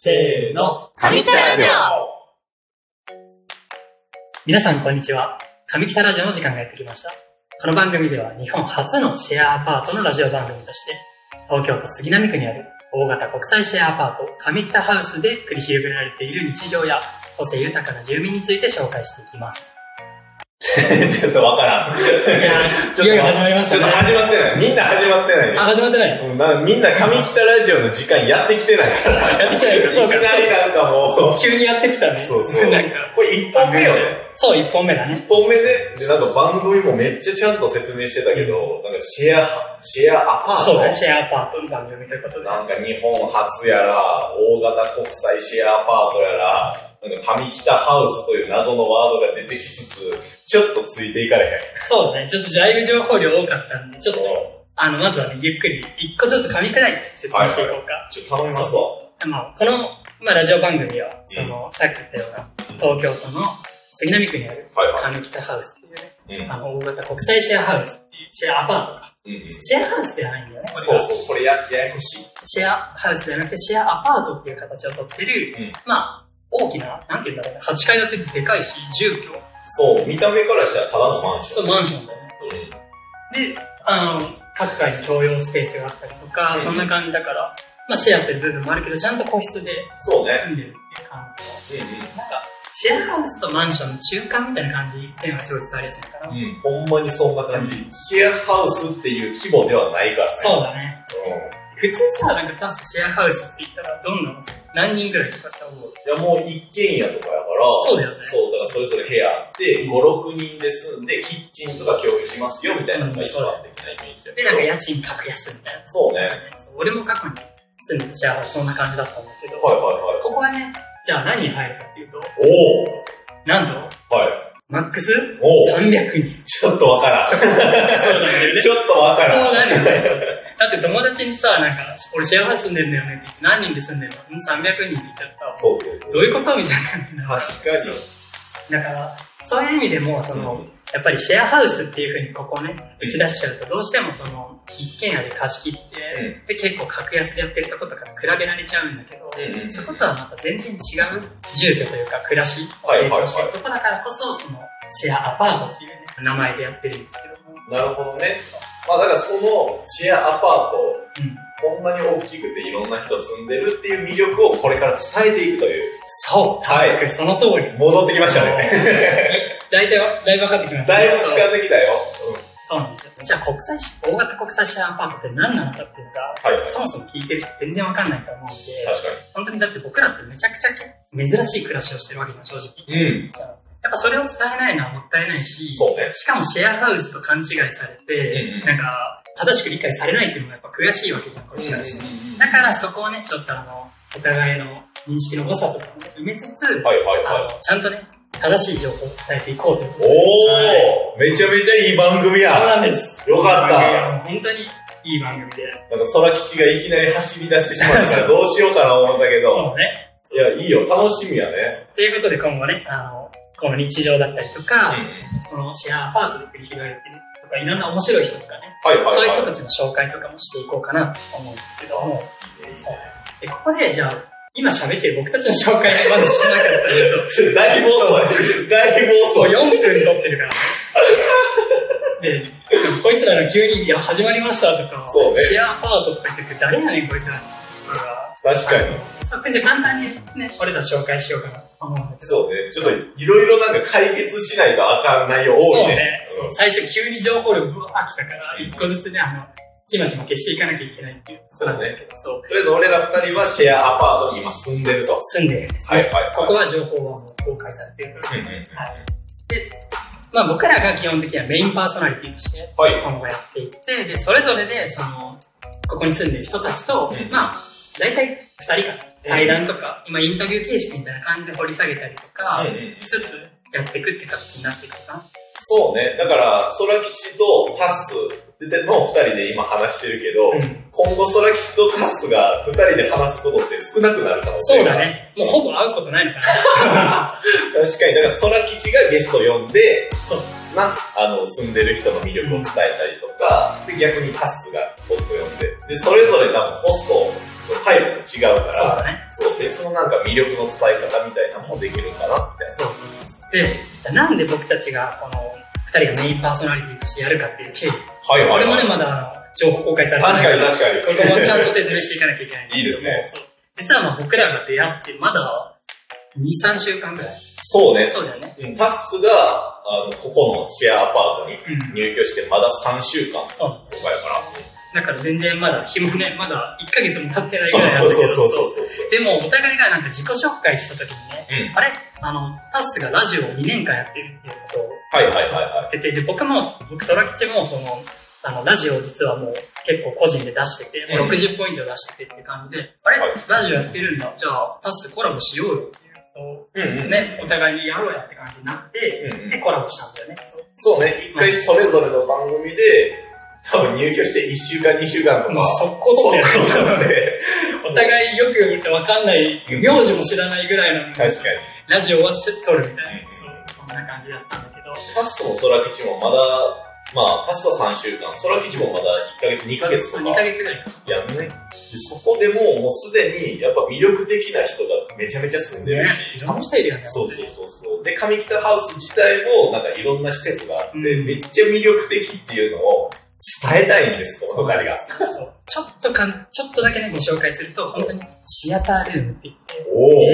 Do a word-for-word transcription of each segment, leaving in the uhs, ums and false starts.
せーの、 上北ラジオ。 皆さんこんにちは。上北ラジオの時間がやってきました。この番組では日本初のシェアアパートのラジオ番組として、東京都杉並区にある大型国際シェアアパート上北ハウスで繰り広げられている日常や個性豊かな住民について紹介していきます。 ちょっとわからん。いやー、いよいよ始まりましたね。 ちょっと始まってない。みんな始まってないね。 あ、始まってない。 うん、なんかみんな上北ラジオの時間やってきてないから。 やってきてないから。そうか。 いきなりなんかもう。 急にやってきたね。 そうそう。 なんか。 これ一本目よね。 そう、一本目だね。 一本目で、で、なんか番組もめっちゃちゃんと説明してたけど、なんかシェア、シェアアパート。 そうだ、シェアアパートの番組ということで。 なんか日本初やら、大型国際シェアアパートやら、なんか上北ハウスという謎のワードが出てきつつ、ちょっとついていかれへん。 そうだね。ちょっとだいぶ情報量多かったんで、ちょっと、あの、まずはね、ゆっくり一個ずつ噛み砕いて説明していこうか。 はいはい、ちょっと頼みますわ。 まあ、この、まあ、ラジオ番組は、その、うん、さっき言ったような、東京都の杉並区にある、上北ハウスっていうね、はいはい、あの、大型国際シェアハウスっていう、シェアアパートか。うんうん、シェアハウスではないんだよね。 そうそう、これや、ややこしい。 シェアハウスではなくて、シェアアパートっていう形をとってる、うん、まあ、大きな、なんていうんだろうね、はちかい建てででかいし、住居。 そう、見た目からしたらただのマンション。 そう、マンションだよね。うん、で、あの、各階に共用スペースがあったりとか、うん、そんな感じだから、まあシェアする部分もあるけど、ちゃんと個室で住んでるっていう感じの、うんうん、なんか、シェアハウスとマンションの中間みたいな感じっていうのがすごい伝わりやすいかな。 うん、ほんまにそんな感じ。うん、シェアハウスっていう規模ではないからね。 そうだね。うん普通さ、なんかタスシェアハウスって言ったらどんなの何人ぐらいとかって思う？ いやもう一軒家とかやから、 そうだよね。 そう、だからそれぞれ部屋あって、ご、ろくにんで住んで、キッチンとか共有しますよみたいなのが一般的なイメージで、なんか家賃格安みたいな。 そうね。 俺も過去に住んでたシェアハウスそんな感じだったんだけど、 はいはいはい。 ここはね、じゃあ何人入るかっていうと、 おおなんと、 はい。 マックスさんびゃくにん。 ちょっとわからん。そうなんだよね。ちょっとわからん。 そうなんだよね。だって友達にさ、なんか、俺シェアハウス住んでんだよねって言って、何人で住んでんの？うん、さんびゃくにんって言ったらさ、 そうそうそう。 どういうことみたいな感じになる。 確かに。 だから、そういう意味でも、その、うん、やっぱりシェアハウスっていう風にここね、打ち出しちゃうと、どうしてもその、一軒家で貸し切って、うん、で、結構格安でやってるとことか比べられちゃうんだけど、うんうん、そことはまた全然違う住居というか暮らしを提供してるとこだからこそ、その、シェアアパートっていうね、名前でやってるんですけども。 なるほどね。まあだからそのシェアアパート、うん、こんなに大きくていろんな人住んでるっていう魅力をこれから伝えていくという。 そう。はい。その通り。 戻ってきましたね。 だいたい、だいぶ分かってきました、 ね。だいぶ使ってきたよ。 うん、そうなんですよ。じゃあ国際、大型国際シェアアパートって何なのかっていうのが、はいはい、そもそも聞いてる人全然わかんないと思うんで、 確かに。 本当にだって僕らってめちゃくちゃ珍しい暮らしをしてるわけじゃん、正直。うん。じゃあやっぱそれを伝えないのはもったいないし、 そうね。 しかもシェアハウスと勘違いされて、うんうん、なんか、正しく理解されないっていうのがやっぱ悔しいわけじゃん、こっちからして。だからそこをね、ちょっとあの、お互いの認識の誤差とかを、ね、埋めつつ、はいはいはい、あの、ちゃんとね、正しい情報を伝えていこうということで。 おー、はい、めちゃめちゃいい番組や。 そうなんです。 よかった。 本当にいい番組で。 なんか空吉がいきなり走り出してしまったからどうしようかな思ったけど。 そうね。 いや、いいよ、楽しみやね。 ということで今後ね、あの、この日常だったりとか、うん、このシェアアパートで繰り広げられてるとか、いろんな面白い人とかね、はいはいはい、そういう人たちの紹介とかもしていこうかなと思うんですけども、でここでじゃあ、今喋ってる僕たちの紹介までしなかったんですよ。 大暴走大暴走よんぷん撮ってるからね。で、こいつらが急に、いや、始まりましたとか、そうね、シェアアパートとか言ってて、誰やねんこいつら。 確かに。 そっか、じゃあ簡単にね、俺たち紹介しようかなと思うんだけど。 そうね。ちょっといろいろなんか解決しないとあかん内容多いね。 そうね。うん、最初急に情報量ブワー来たから、一個ずつね、あの、ちまちま消していかなきゃいけないっていう。 そうね。そう。とりあえず俺ら二人はシェアアパートに今住んでると。 住んでるんですね。はいはい、はい。ここは情報はもう公開されてるから。うんうんうん、はい。で、まあ僕らが基本的にはメインパーソナリティとして、今後やっていって、で、それぞれで、その、ここに住んでる人たちと、うん、まあ、大体二人が対談とか、今インタビュー形式みたいな感じで掘り下げたりとか、しつつやっていくって形になっていくかな。 そうね。だから、空吉とタスの二人で今話してるけど、うん、今後空吉とタスが二人で話すことって少なくなる可能性が。 そうだね。もうほぼ会うことないのかな。 確かに。だから空吉がゲスト呼んで、そうな、あの、住んでる人の魅力を伝えたりとか、で逆にタスがホスト呼んで、で、それぞれ多分ホスト、タイプも違うから、 そうだね。 そう、別のなんか魅力の伝え方みたいなのもできるかなって。 そうそうそうそう。で、じゃあなんで僕たちがこのふたりがメインパーソナリティとしてやるかっていう経緯。 はいはいはい。 これもね、まだあの、情報公開されてない。 確かに確かに。 ここもちゃんと説明していかなきゃいけないんですけど。 いいですね。 そう実はまあ僕らが出会ってまだに、さんしゅうかんぐらい。 そうね。 そうだよね。 うん。タスが、あの、ここのシェアアパートに入居してまださんしゅうかん。 そう。 とかやから。 だから全然まだ、日もね、まだいっかげつも経ってないぐらいなんだけど。 そうそうそうそうそう。 でも、お互いがなんか自己紹介した時にね、うん、あれあの、タスがラジオをにねんかんやってるっていうことを。 はいはいはいはい。 言ってて、で、僕も、僕、ソラ吉もその、あの、ラジオを実はもう結構個人で出してて、もうろくじゅっぽん以上出しててっていう感じで、うん、あれ、はい、ラジオやってるんだ。じゃあ、タスコラボしようよっていうことをですね、お互いにやろうやって感じになって、うん、で、コラボしたんだよね。 そうね、一回それぞれの番組で、多分入居していっしゅうかん、にしゅうかんとか。 速攻でやる。お互いよくわかんない、名字も知らないぐらいの。 確かに。 ラジオは知っとるみたいな。そう、そんな感じだったんだけど。 タスもソラ吉もまだ、まあ、タスはさんしゅうかん、ソラ吉もまだいっかげつ、にかげつとか。 にかげつぐらい。 やんね。そこでも、もうすでに、やっぱ魅力的な人がめちゃめちゃ住んでるし。 いろんな人いるよね。 そうそうそうそう。で、上北ハウス自体も、なんかいろんな施設があって、めっちゃ魅力的っていうのを、伝えたいんです、このふたりが。 そうちょっとかん、ちょっとだけね、ご紹介すると、本当にシアタールームって言って、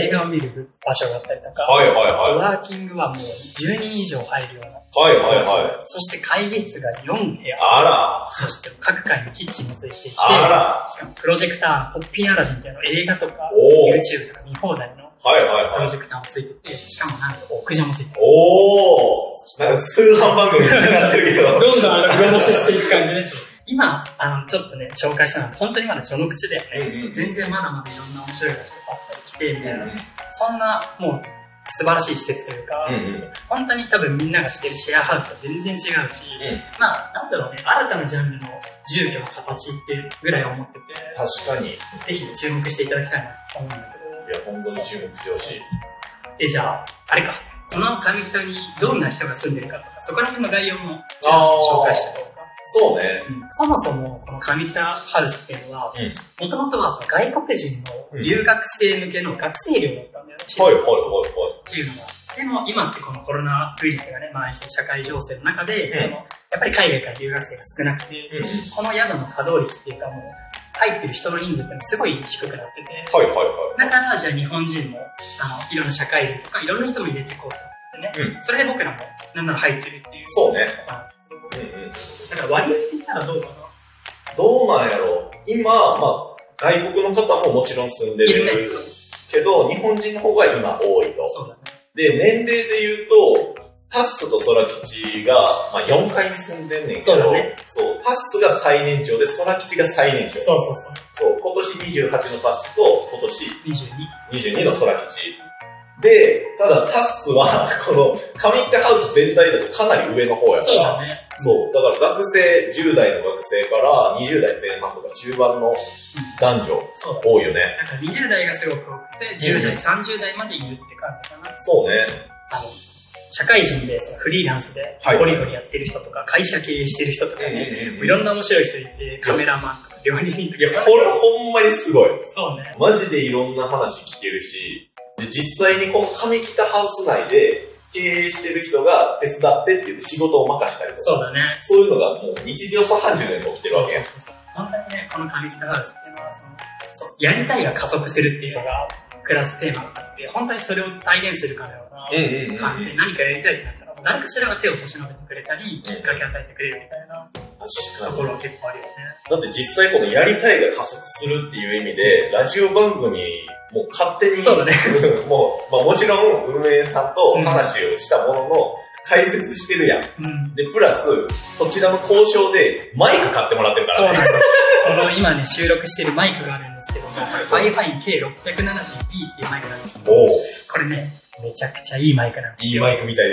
映画を見る場所だったりとか、 はいはいはい。 ワーキングはもうじゅうにん以上入るような。 はいはいはい。 そして会議室がよんへや。 あら。 そして各階にキッチンもついていて、 あら。 しかもプロジェクター、ポッピンアラジンっていうの映画とか、YouTube とか見放題の。 はいはいはい。 プロジェクターもついてて、しかもなんか屋上もついてて。 おー。なんか通販番組みたいになってるけど。 どんどん上乗せしていく感じです。今、あの、ちょっとね、紹介したのは、本当にまだ序の口だよね。うんうん、全然まだまだいろんな面白い場所があったりして、みたいな。うんうん、そんな、もう、素晴らしい施設というか、うんうん、本当に多分みんなが知ってるシェアハウスと全然違うし、うん、まあ、なんだろうね、新たなジャンルの住居の形っていうぐらい思ってて、 確かに。 ぜひ注目していただきたいなと思うんだけど。いや、本当に注目してほしい。 え、じゃあ、あれか、この上北にどんな人が住んでるかとか、そこら辺の概要も紹介しておこうか。 そうね、 うん。そもそも、この上北ハウスっていうのは、もともとはその外国人の留学生向けの学生寮だったんだよね。 はいはいはいはい。 っていうのが。でも今ってこのコロナウイルスがね、まあ社会情勢の中で、うん、そのやっぱり海外から留学生が少なくて、うん、この宿の稼働率っていうかもう、入ってる人の人数ってもすごい低くなってて、 はいはいはい。 だからじゃあ日本人も、あの、いろんな社会人とかいろんな人も入れていこうと思ってね、うん、それで僕らもなんなら入ってるっていう。 そうね。 うんうん、だから割合で言ったらどうかな。 どうなんやろう。今、まあ、外国の方ももちろん住んでるけど、日本人の方が今多いと。 そうだね。 で、年齢で言うと、タッスとソラ吉が、まあ、よんかいに住んでんねんけど、 そうだね。 そう、タッスが最年長で、ソラ吉が最年長。 そうそうそう。そう、今年にじゅうはちのタッスと、今年にじゅうに。 にじゅうにのソラ吉。で、ただタッスは、この、上北ハウス全体だとかなり上の方やから。 そうだね。 そう。だから学生、じゅう代の学生からにじゅう代前半とか中盤の男女、多いよね。 だからにじゅう代がすごく多くて、じゅう代、さんじゅう代までいるって感じかな。 そうね。 あの、社会人でそのフリーランスでゴリゴリやってる人とか、会社経営してる人とかね、いろんな面白い人いて、カメラマンとか料理人とか。 いや、これほんまにすごい。 そうね。 マジでいろんな話聞けるし、で実際にこの上北ハウス内で経営してる人が手伝ってって言って仕事を任したりとか。 そうだね。 そういうのがもう日常茶飯事のように起きてるわけや。 そうそうそう。本当にね、この上北ハウスっていうのは、その、そう、やりたいが加速するっていうのがクラステーマがあって、本当にそれを体現するかのような感じで何かやりたいってなったら、誰かしらが手を差し伸べてくれたり、きっかけ与えてくれるみたいなところは結構あるよね。 だって実際このやりたいが加速するっていう意味で、ラジオ番組もう勝手に、 そうだね。 もう、まあもちろん運営さんと話をしたものの、解説してるやん。 うん、 で、プラス、こちらの交渉でマイク買ってもらってるからね。 そうなんです。この今ね、収録してるマイクがあるんですけども、ファイファイン ケーろくななじゅうビー っていうマイクなんですけど、これね、めちゃくちゃいいマイクなんですよ。 いいマイクみたいです。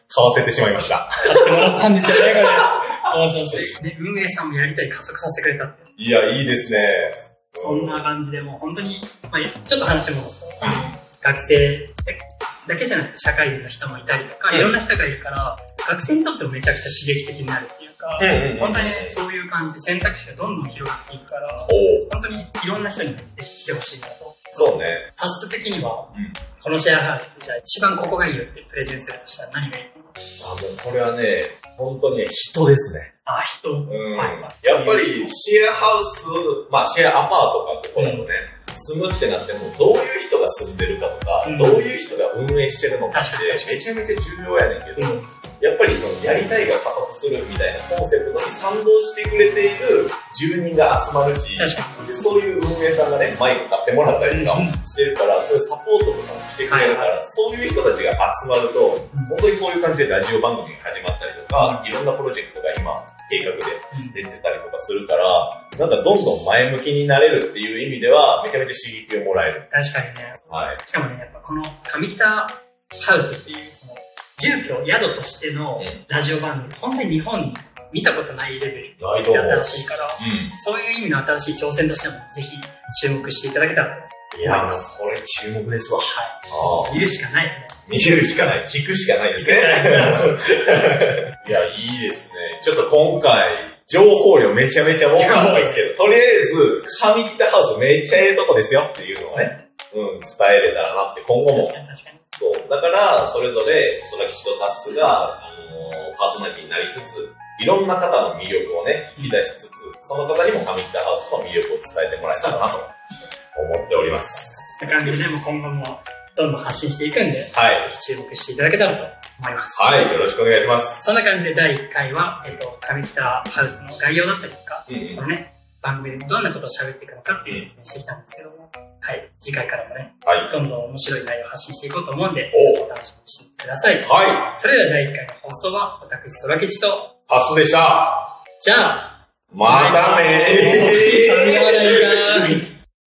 買わせてしまいました。 買ってもらったんですよね、これ。交渉して。で、運営さんもやりたい加速させてくれたって。 いや、いいですね。 そんな感じでもう本当に、まあ、ちょっと話戻すと、あの、学生だけじゃなくて社会人の人もいたりとか、いろんな人がいるから、学生にとってもめちゃくちゃ刺激的になるっていうか、本当にね、そういう感じで選択肢がどんどん広がっていくから、本当にいろんな人に来てほしいなとそうね。 タス的には、うん、このシェアハウスでじゃあ一番ここがいいよってプレゼンするとしたら何がいいの？ あ、もうこれはね、本当に人ですね。 あ、人。うん。 はい、やっぱりシェアハウス、まあシェアアパートかってこともね、うん、住むってなってもどういう人が住んでるかとか、うん、どういう人が運営してるのかってめちゃめちゃ重要やねんけど、うん、やっぱりそのやりたいが加速するみたいなコンセプトに賛同してくれている住人が集まるし、でそういう運営さんがね、マイク買ってもらったりとかしてるから、そういうサポートとかもしてくれるから、はいはい、そういう人たちが集まると、本当にこういう感じでラジオ番組が始まったりとか、いろんなプロジェクトが今、計画で出てたりとかするから、なんかどんどん前向きになれるっていう意味では、めちゃめちゃ刺激をもらえる。 確かにね。 はい。 しかもね、やっぱこの上北ハウスっていう、その、住居、宿としてのラジオ番組、うん、本当に日本に見たことないレベルで新しいから、うん、そういう意味の新しい挑戦としても、ぜひ注目していただけたらと思います。 いや、これ注目ですわ。 はい。見るしかない。 見るしかない。聞くしかないですね。いや、いいですね。ちょっと今回、情報量めちゃめちゃ多かったですけど、とりあえず、上北ハウスめっちゃええとこですよっていうのをね、うん、伝えれたらなって、今後も。 確かに確かに。 そう。だから、それぞれ、空吉とタスが、あのー、パーソナリティになりつつ、いろんな方の魅力をね、引き出しつつ、その方にも上北ハウスの魅力を伝えてもらえたらなと思っております。 そんな感じでね、もう今後もどんどん発信していくんで、 はい。 注目していただけたらと思います。 はい、よろしくお願いします。 そんな感じでだいいっかいは、えっと、上北ハウスの概要だったりとか、うんうん、このね、番組でどんなことを喋っていくのかっていう説明してきたんですけども、はい、次回からもね、はい、どんどん面白い内容を発信していこうと思うんで、お楽しみにしてください。 はい。 それではだいいっかいの放送は、私、空吉と、 タスでした。 じゃあ、 またねー。